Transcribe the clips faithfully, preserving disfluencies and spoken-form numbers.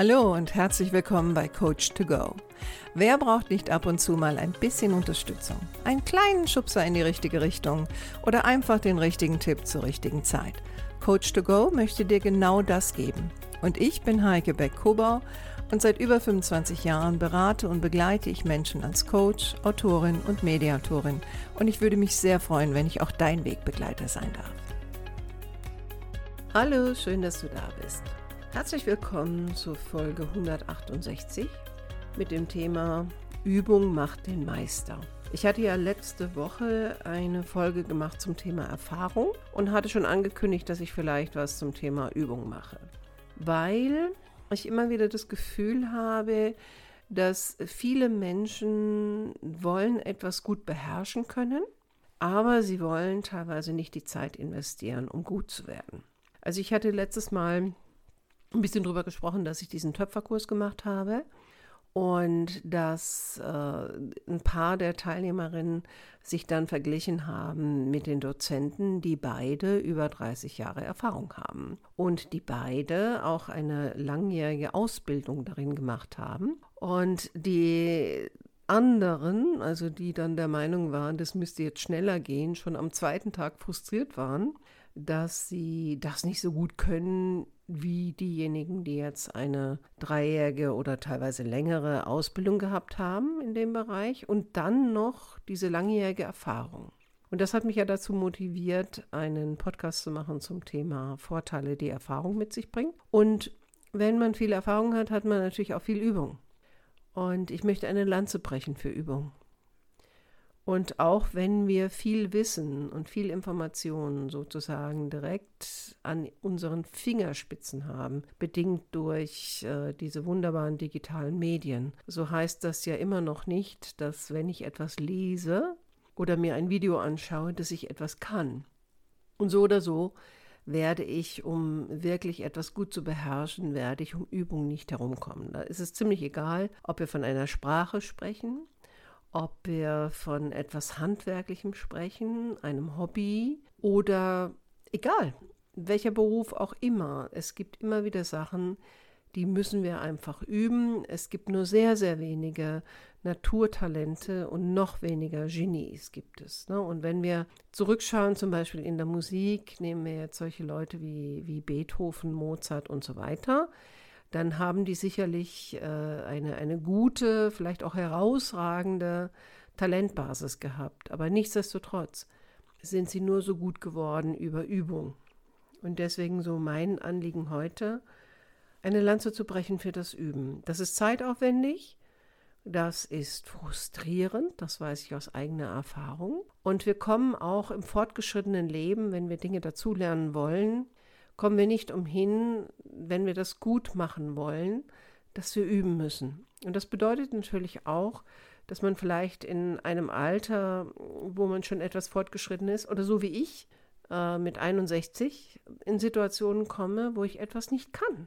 Hallo und herzlich willkommen bei Coach to Go. Wer braucht nicht ab und zu mal ein bisschen Unterstützung, einen kleinen Schubser in die richtige Richtung oder einfach den richtigen Tipp zur richtigen Zeit? Coach to Go möchte dir genau das geben. Und ich bin Heike Beck-Kobau und seit über fünfundzwanzig Jahren berate und begleite ich Menschen als Coach, Autorin und Mediatorin. Und ich würde mich sehr freuen, wenn ich auch dein Wegbegleiter sein darf. Hallo, schön, dass du da bist. Herzlich willkommen zur Folge hundertachtundsechzig mit dem Thema Übung macht den Meister. Ich hatte ja letzte Woche eine Folge gemacht zum Thema Erfahrung und hatte schon angekündigt, dass ich vielleicht was zum Thema Übung mache, weil ich immer wieder das Gefühl habe, dass viele Menschen wollen etwas gut beherrschen können, aber sie wollen teilweise nicht die Zeit investieren, um gut zu werden. Also ich hatte letztes Mal ein bisschen drüber gesprochen, dass ich diesen Töpferkurs gemacht habe und dass äh, ein paar der Teilnehmerinnen sich dann verglichen haben mit den Dozenten, die beide über dreißig Jahre Erfahrung haben und die beide auch eine langjährige Ausbildung darin gemacht haben. Und die anderen, also die dann der Meinung waren, das müsste jetzt schneller gehen, schon am zweiten Tag frustriert waren, dass sie das nicht so gut können wie diejenigen, die jetzt eine dreijährige oder teilweise längere Ausbildung gehabt haben in dem Bereich und dann noch diese langjährige Erfahrung. Und das hat mich ja dazu motiviert, einen Podcast zu machen zum Thema Vorteile, die Erfahrung mit sich bringt. Und wenn man viel Erfahrung hat, hat man natürlich auch viel Übung. Und ich möchte eine Lanze brechen für Übung. Und auch wenn wir viel Wissen und viel Informationen sozusagen direkt an unseren Fingerspitzen haben, bedingt durch äh, diese wunderbaren digitalen Medien, so heißt das ja immer noch nicht, dass wenn ich etwas lese oder mir ein Video anschaue, dass ich etwas kann. Und so oder so werde ich, um wirklich etwas gut zu beherrschen, werde ich um Übung nicht herumkommen. Da ist es ziemlich egal, ob wir von einer Sprache sprechen, ob wir von etwas Handwerklichem sprechen, einem Hobby oder egal, welcher Beruf auch immer. Es gibt immer wieder Sachen, die müssen wir einfach üben. Es gibt nur sehr, sehr wenige Naturtalente und noch weniger Genies gibt es. Ne? Und wenn wir zurückschauen, zum Beispiel in der Musik, nehmen wir jetzt solche Leute wie, wie Beethoven, Mozart und so weiter, dann haben die sicherlich äh, eine, eine gute, vielleicht auch herausragende Talentbasis gehabt. Aber nichtsdestotrotz sind sie nur so gut geworden über Übung. Und deswegen so mein Anliegen heute, eine Lanze zu brechen für das Üben. Das ist zeitaufwendig, das ist frustrierend, das weiß ich aus eigener Erfahrung. Und wir kommen auch im fortgeschrittenen Leben, wenn wir Dinge dazulernen wollen, kommen wir nicht umhin, wenn wir das gut machen wollen, dass wir üben müssen. Und das bedeutet natürlich auch, dass man vielleicht in einem Alter, wo man schon etwas fortgeschritten ist, oder so wie ich äh, mit einundsechzig, in Situationen komme, wo ich etwas nicht kann.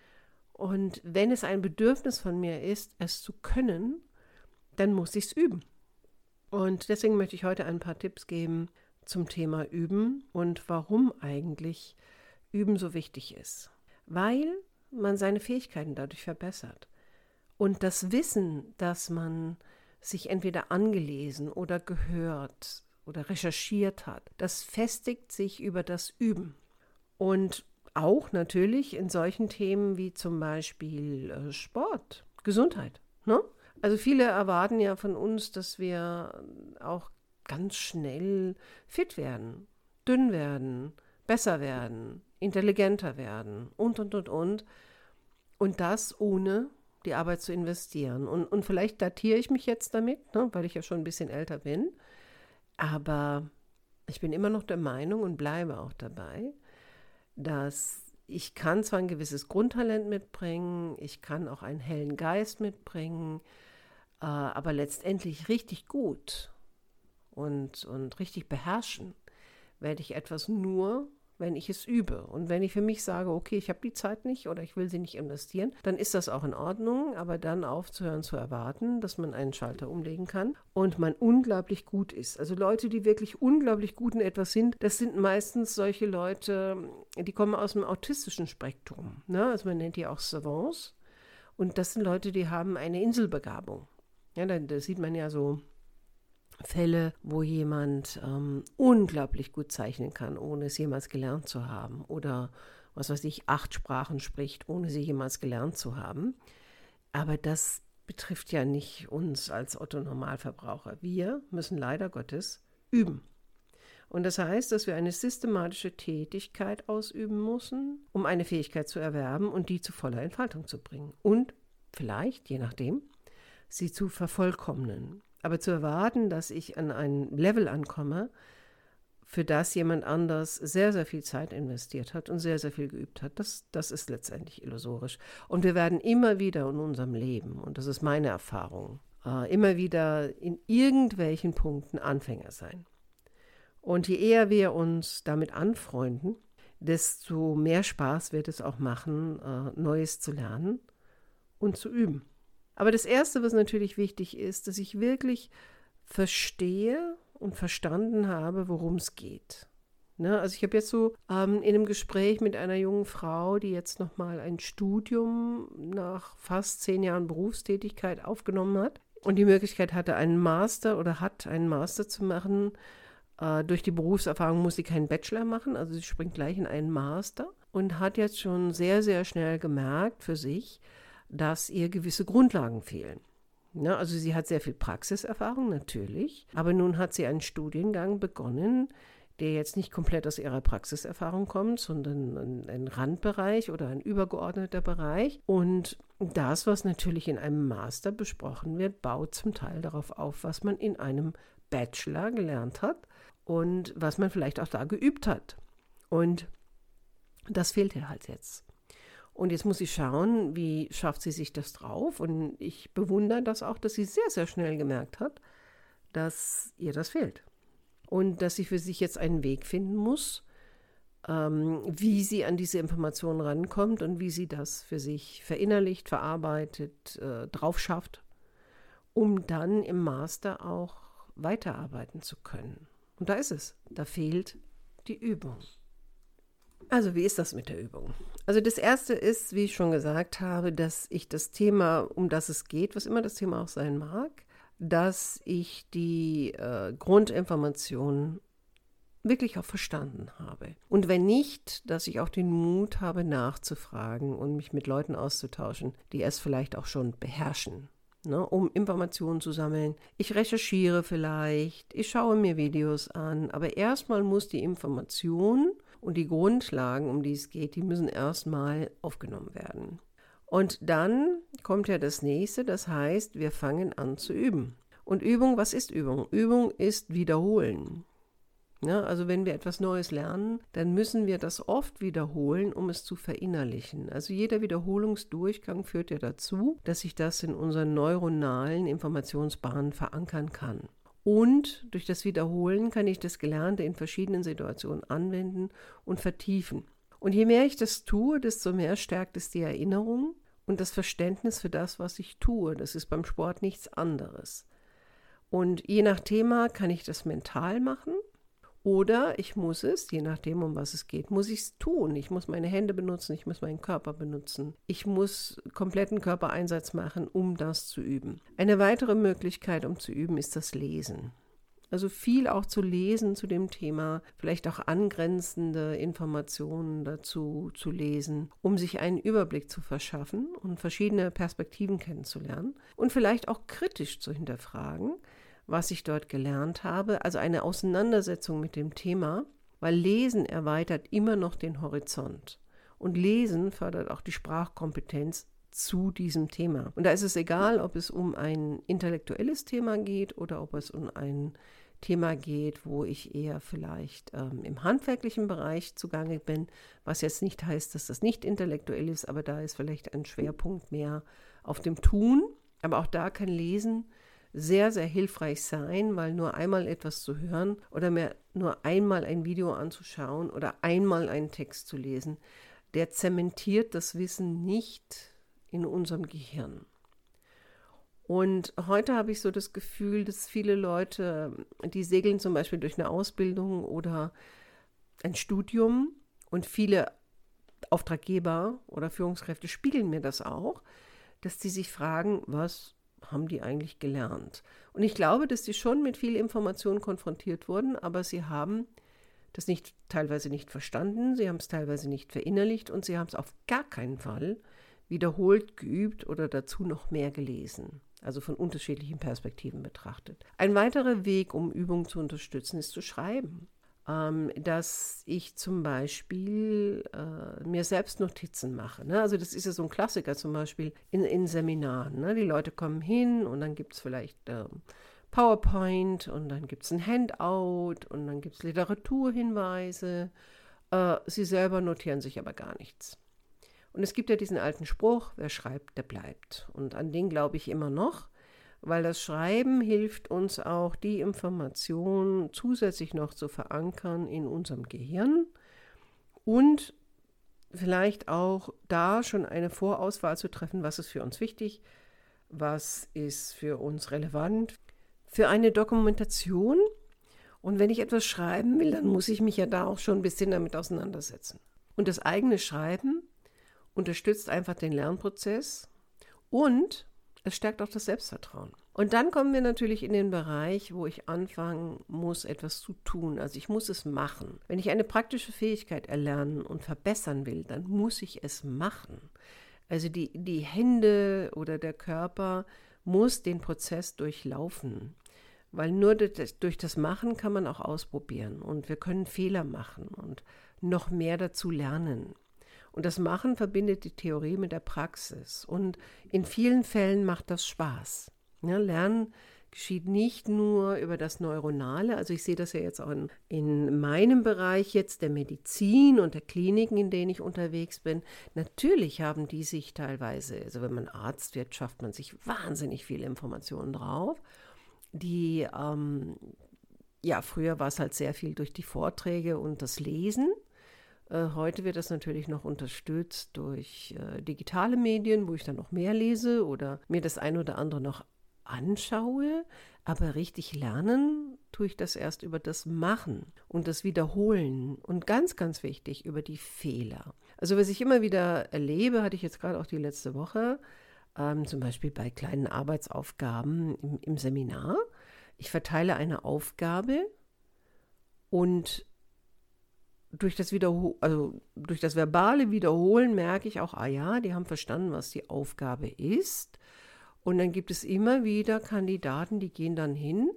Und wenn es ein Bedürfnis von mir ist, es zu können, dann muss ich es üben. Und deswegen möchte ich heute ein paar Tipps geben zum Thema Üben und warum eigentlich Üben so wichtig ist, weil man seine Fähigkeiten dadurch verbessert. Und das Wissen, das man sich entweder angelesen oder gehört oder recherchiert hat, das festigt sich über das Üben. Und auch natürlich in solchen Themen wie zum Beispiel äh, Sport, Gesundheit. Ne? Also viele erwarten ja von uns, dass wir auch ganz schnell fit werden, dünn werden, besser werden, intelligenter werden und, und, und, und. Und das ohne die Arbeit zu investieren. Und, und vielleicht datiere ich mich jetzt damit, ne, weil ich ja schon ein bisschen älter bin. Aber ich bin immer noch der Meinung und bleibe auch dabei, dass ich kann zwar ein gewisses Grundtalent mitbringen, ich kann auch einen hellen Geist mitbringen, äh, aber letztendlich richtig gut und, und richtig beherrschen werde ich etwas nur, wenn ich es übe. Und wenn ich für mich sage, okay, ich habe die Zeit nicht oder ich will sie nicht investieren, dann ist das auch in Ordnung, aber dann aufzuhören zu erwarten, dass man einen Schalter umlegen kann und man unglaublich gut ist. Also Leute, die wirklich unglaublich gut in etwas sind, das sind meistens solche Leute, die kommen aus dem autistischen Spektrum. Ne? Also man nennt die auch Savants. Und das sind Leute, die haben eine Inselbegabung. Ja, da, da sieht man ja so Fälle, wo jemand ähm, unglaublich gut zeichnen kann, ohne es jemals gelernt zu haben. Oder, was weiß ich, acht Sprachen spricht, ohne sie jemals gelernt zu haben. Aber das betrifft ja nicht uns als Otto-Normalverbraucher. Wir müssen leider Gottes üben. Und das heißt, dass wir eine systematische Tätigkeit ausüben müssen, um eine Fähigkeit zu erwerben und die zu voller Entfaltung zu bringen. Und vielleicht, je nachdem, sie zu vervollkommnen. Aber zu erwarten, dass ich an ein Level ankomme, für das jemand anders sehr, sehr viel Zeit investiert hat und sehr, sehr viel geübt hat, das, das ist letztendlich illusorisch. Und wir werden immer wieder in unserem Leben, und das ist meine Erfahrung, äh, immer wieder in irgendwelchen Punkten Anfänger sein. Und je eher wir uns damit anfreunden, desto mehr Spaß wird es auch machen, äh, Neues zu lernen und zu üben. Aber das Erste, was natürlich wichtig ist, dass ich wirklich verstehe und verstanden habe, worum es geht. Ne? Also ich habe jetzt so ähm, in einem Gespräch mit einer jungen Frau, die jetzt nochmal ein Studium nach fast zehn Jahren Berufstätigkeit aufgenommen hat und die Möglichkeit hatte, einen Master oder hat einen Master zu machen. Äh, durch die Berufserfahrung muss sie keinen Bachelor machen, also sie springt gleich in einen Master und hat jetzt schon sehr, sehr schnell gemerkt für sich, dass ihr gewisse Grundlagen fehlen. Ja, also sie hat sehr viel Praxiserfahrung, natürlich, aber nun hat sie einen Studiengang begonnen, der jetzt nicht komplett aus ihrer Praxiserfahrung kommt, sondern ein, ein Randbereich oder ein übergeordneter Bereich. Und das, was natürlich in einem Master besprochen wird, baut zum Teil darauf auf, was man in einem Bachelor gelernt hat und was man vielleicht auch da geübt hat. Und das fehlt ihr halt jetzt. Und jetzt muss sie schauen, wie schafft sie sich das drauf. Und ich bewundere das auch, dass sie sehr, sehr schnell gemerkt hat, dass ihr das fehlt. Und dass sie für sich jetzt einen Weg finden muss, ähm, wie sie an diese Informationen rankommt und wie sie das für sich verinnerlicht, verarbeitet, äh, drauf schafft, um dann im Master auch weiterarbeiten zu können. Und da ist es. Da fehlt die Übung. Also wie ist das mit der Übung? Also das Erste ist, wie ich schon gesagt habe, dass ich das Thema, um das es geht, was immer das Thema auch sein mag, dass ich die äh, Grundinformationen wirklich auch verstanden habe. Und wenn nicht, dass ich auch den Mut habe, nachzufragen und mich mit Leuten auszutauschen, die es vielleicht auch schon beherrschen, ne, um Informationen zu sammeln. Ich recherchiere vielleicht, ich schaue mir Videos an, aber erstmal muss die Information und die Grundlagen, um die es geht, die müssen erstmal aufgenommen werden. Und dann kommt ja das Nächste, das heißt, wir fangen an zu üben. Und Übung, was ist Übung? Übung ist Wiederholen. Ja, also wenn wir etwas Neues lernen, dann müssen wir das oft wiederholen, um es zu verinnerlichen. Also jeder Wiederholungsdurchgang führt ja dazu, dass sich das in unseren neuronalen Informationsbahnen verankern kann. Und durch das Wiederholen kann ich das Gelernte in verschiedenen Situationen anwenden und vertiefen. Und je mehr ich das tue, desto mehr stärkt es die Erinnerung und das Verständnis für das, was ich tue. Das ist beim Sport nichts anderes. Und je nach Thema kann ich das mental machen oder ich muss es, je nachdem, um was es geht, muss ich es tun. Ich muss meine Hände benutzen, ich muss meinen Körper benutzen. Ich muss kompletten Körpereinsatz machen, um das zu üben. Eine weitere Möglichkeit, um zu üben, ist das Lesen. Also viel auch zu lesen zu dem Thema, vielleicht auch angrenzende Informationen dazu zu lesen, um sich einen Überblick zu verschaffen und verschiedene Perspektiven kennenzulernen und vielleicht auch kritisch zu hinterfragen, was ich dort gelernt habe, also eine Auseinandersetzung mit dem Thema, weil Lesen erweitert immer noch den Horizont und Lesen fördert auch die Sprachkompetenz zu diesem Thema. Und da ist es egal, ob es um ein intellektuelles Thema geht oder ob es um ein Thema geht, wo ich eher vielleicht ähm, im handwerklichen Bereich zugange bin, was jetzt nicht heißt, dass das nicht intellektuell ist, aber da ist vielleicht ein Schwerpunkt mehr auf dem Tun. Aber auch da kann Lesen sehr, sehr hilfreich sein, weil nur einmal etwas zu hören oder mehr nur einmal ein Video anzuschauen oder einmal einen Text zu lesen, der zementiert das Wissen nicht in unserem Gehirn. Und heute habe ich so das Gefühl, dass viele Leute, die segeln zum Beispiel durch eine Ausbildung oder ein Studium und viele Auftraggeber oder Führungskräfte spiegeln mir das auch, dass die sich fragen, was haben die eigentlich gelernt? Und ich glaube, dass die schon mit viel Information konfrontiert wurden, aber sie haben das nicht, teilweise nicht verstanden, sie haben es teilweise nicht verinnerlicht und sie haben es auf gar keinen Fall wiederholt, geübt oder dazu noch mehr gelesen. Also von unterschiedlichen Perspektiven betrachtet. Ein weiterer Weg, um Übungen zu unterstützen, ist zu schreiben. Ähm, dass ich zum Beispiel äh, mir selbst Notizen mache. Ne? Also das ist ja so ein Klassiker zum Beispiel in, in Seminaren. Ne? Die Leute kommen hin und dann gibt es vielleicht ähm, PowerPoint und dann gibt es ein Handout und dann gibt es Literaturhinweise. Äh, sie selber notieren sich aber gar nichts. Und es gibt ja diesen alten Spruch, wer schreibt, der bleibt. Und an den glaube ich immer noch, weil das Schreiben hilft uns auch, die Information zusätzlich noch zu verankern in unserem Gehirn und vielleicht auch da schon eine Vorauswahl zu treffen, was ist für uns wichtig, was ist für uns relevant, für eine Dokumentation. Und wenn ich etwas schreiben will, dann muss ich mich ja da auch schon ein bisschen damit auseinandersetzen. Und das eigene Schreiben unterstützt einfach den Lernprozess und es stärkt auch das Selbstvertrauen. Und dann kommen wir natürlich in den Bereich, wo ich anfangen muss, etwas zu tun. Also ich muss es machen. Wenn ich eine praktische Fähigkeit erlernen und verbessern will, dann muss ich es machen. Also die, die Hände oder der Körper muss den Prozess durchlaufen. Weil nur durch das Machen kann man auch ausprobieren. Und wir können Fehler machen und noch mehr dazu lernen. Und das Machen verbindet die Theorie mit der Praxis. Und in vielen Fällen macht das Spaß. Ja, Lernen geschieht nicht nur über das Neuronale. Also ich sehe das ja jetzt auch in, in meinem Bereich jetzt der Medizin und der Kliniken, in denen ich unterwegs bin. Natürlich haben die sich teilweise, also wenn man Arzt wird, schafft man sich wahnsinnig viele Informationen drauf. Die, ähm, ja, früher war es halt sehr viel durch die Vorträge und das Lesen. Heute wird das natürlich noch unterstützt durch äh, digitale Medien, wo ich dann noch mehr lese oder mir das ein oder andere noch anschaue. Aber richtig lernen tue ich das erst über das Machen und das Wiederholen und ganz, ganz wichtig, über die Fehler. Also was ich immer wieder erlebe, hatte ich jetzt gerade auch die letzte Woche, ähm, zum Beispiel bei kleinen Arbeitsaufgaben im, im Seminar. Ich verteile eine Aufgabe und Durch das, Wiederhol- also durch das verbale Wiederholen merke ich auch, ah ja, die haben verstanden, was die Aufgabe ist. Und dann gibt es immer wieder Kandidaten, die gehen dann hin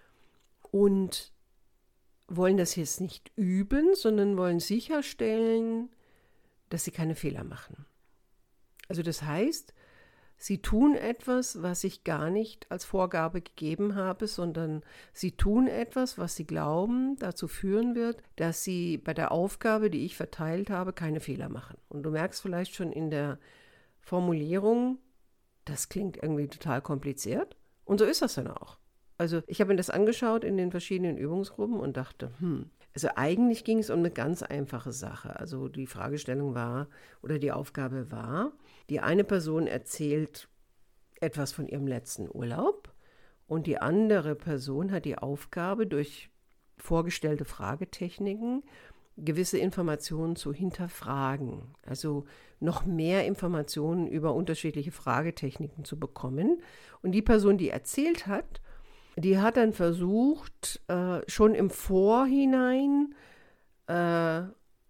und wollen das jetzt nicht üben, sondern wollen sicherstellen, dass sie keine Fehler machen. Also das heißt, sie tun etwas, was ich gar nicht als Vorgabe gegeben habe, sondern sie tun etwas, was sie glauben, dazu führen wird, dass sie bei der Aufgabe, die ich verteilt habe, keine Fehler machen. Und du merkst vielleicht schon in der Formulierung, das klingt irgendwie total kompliziert. Und so ist das dann auch. Also ich habe mir das angeschaut in den verschiedenen Übungsgruppen und dachte, hm, also eigentlich ging es um eine ganz einfache Sache. Also die Fragestellung war oder die Aufgabe war, die eine Person erzählt etwas von ihrem letzten Urlaub und die andere Person hat die Aufgabe, durch vorgestellte Fragetechniken gewisse Informationen zu hinterfragen. Also noch mehr Informationen über unterschiedliche Fragetechniken zu bekommen. Und die Person, die erzählt hat, die hat dann versucht, äh, schon im Vorhinein äh,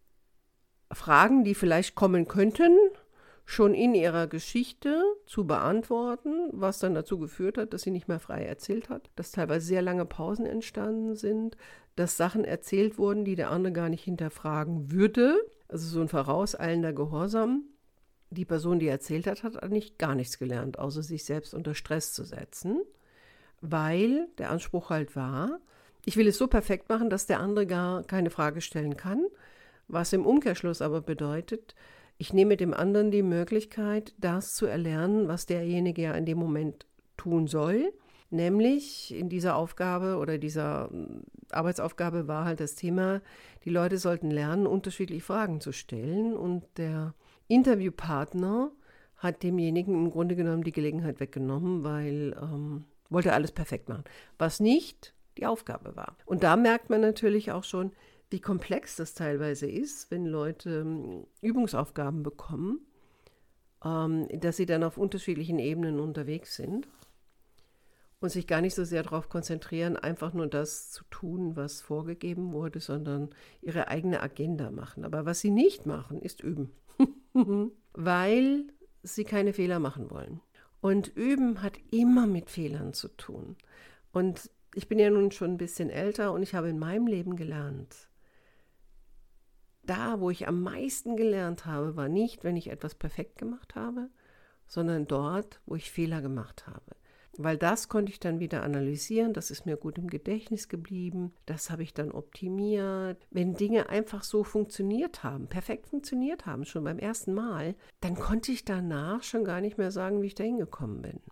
Fragen, die vielleicht kommen könnten, schon in ihrer Geschichte zu beantworten, was dann dazu geführt hat, dass sie nicht mehr frei erzählt hat, dass teilweise sehr lange Pausen entstanden sind, dass Sachen erzählt wurden, die der andere gar nicht hinterfragen würde. Also so ein vorauseilender Gehorsam. Die Person, die erzählt hat, hat eigentlich gar nichts gelernt, außer sich selbst unter Stress zu setzen, weil der Anspruch halt war, ich will es so perfekt machen, dass der andere gar keine Frage stellen kann, was im Umkehrschluss aber bedeutet, ich nehme dem anderen die Möglichkeit, das zu erlernen, was derjenige ja in dem Moment tun soll. Nämlich in dieser Aufgabe oder dieser Arbeitsaufgabe war halt das Thema, die Leute sollten lernen, unterschiedliche Fragen zu stellen. Und der Interviewpartner hat demjenigen im Grunde genommen die Gelegenheit weggenommen, weil ähm, wollte alles perfekt machen, was nicht die Aufgabe war. Und da merkt man natürlich auch schon, wie komplex das teilweise ist, wenn Leute Übungsaufgaben bekommen ähm, dass sie dann auf unterschiedlichen Ebenen unterwegs sind und sich gar nicht so sehr darauf konzentrieren, einfach nur das zu tun, was vorgegeben wurde, sondern ihre eigene Agenda machen. Aber was sie nicht machen, ist üben, weil sie keine Fehler machen wollen. Und üben hat immer mit Fehlern zu tun. Und ich bin ja nun schon ein bisschen älter und ich habe in meinem Leben gelernt, da, wo ich am meisten gelernt habe, war nicht, wenn ich etwas perfekt gemacht habe, sondern dort, wo ich Fehler gemacht habe. Weil das konnte ich dann wieder analysieren, das ist mir gut im Gedächtnis geblieben, das habe ich dann optimiert. Wenn Dinge einfach so funktioniert haben, perfekt funktioniert haben, schon beim ersten Mal, dann konnte ich danach schon gar nicht mehr sagen, wie ich da hingekommen bin.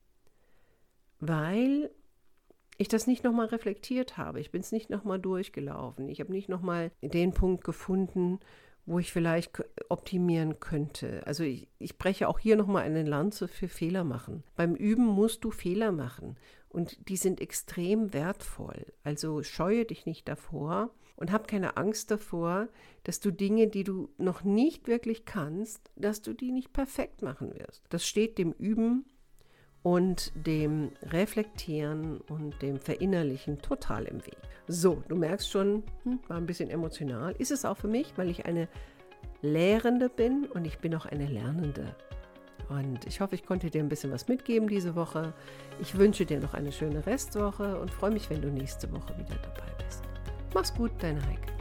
Weil ich das nicht nochmal reflektiert habe, ich bin es nicht nochmal durchgelaufen, ich habe nicht nochmal den Punkt gefunden, wo ich vielleicht optimieren könnte. Also ich, ich breche auch hier nochmal eine Lanze für Fehler machen. Beim Üben musst du Fehler machen und die sind extrem wertvoll. Also scheue dich nicht davor und hab keine Angst davor, dass du Dinge, die du noch nicht wirklich kannst, dass du die nicht perfekt machen wirst. Das steht dem Üben und dem Reflektieren und dem Verinnerlichen total im Weg. So, du merkst schon, hm, war ein bisschen emotional. Ist es auch für mich, weil ich eine Lehrende bin und ich bin auch eine Lernende. Und ich hoffe, ich konnte dir ein bisschen was mitgeben diese Woche. Ich wünsche dir noch eine schöne Restwoche und freue mich, wenn du nächste Woche wieder dabei bist. Mach's gut, deine Heike.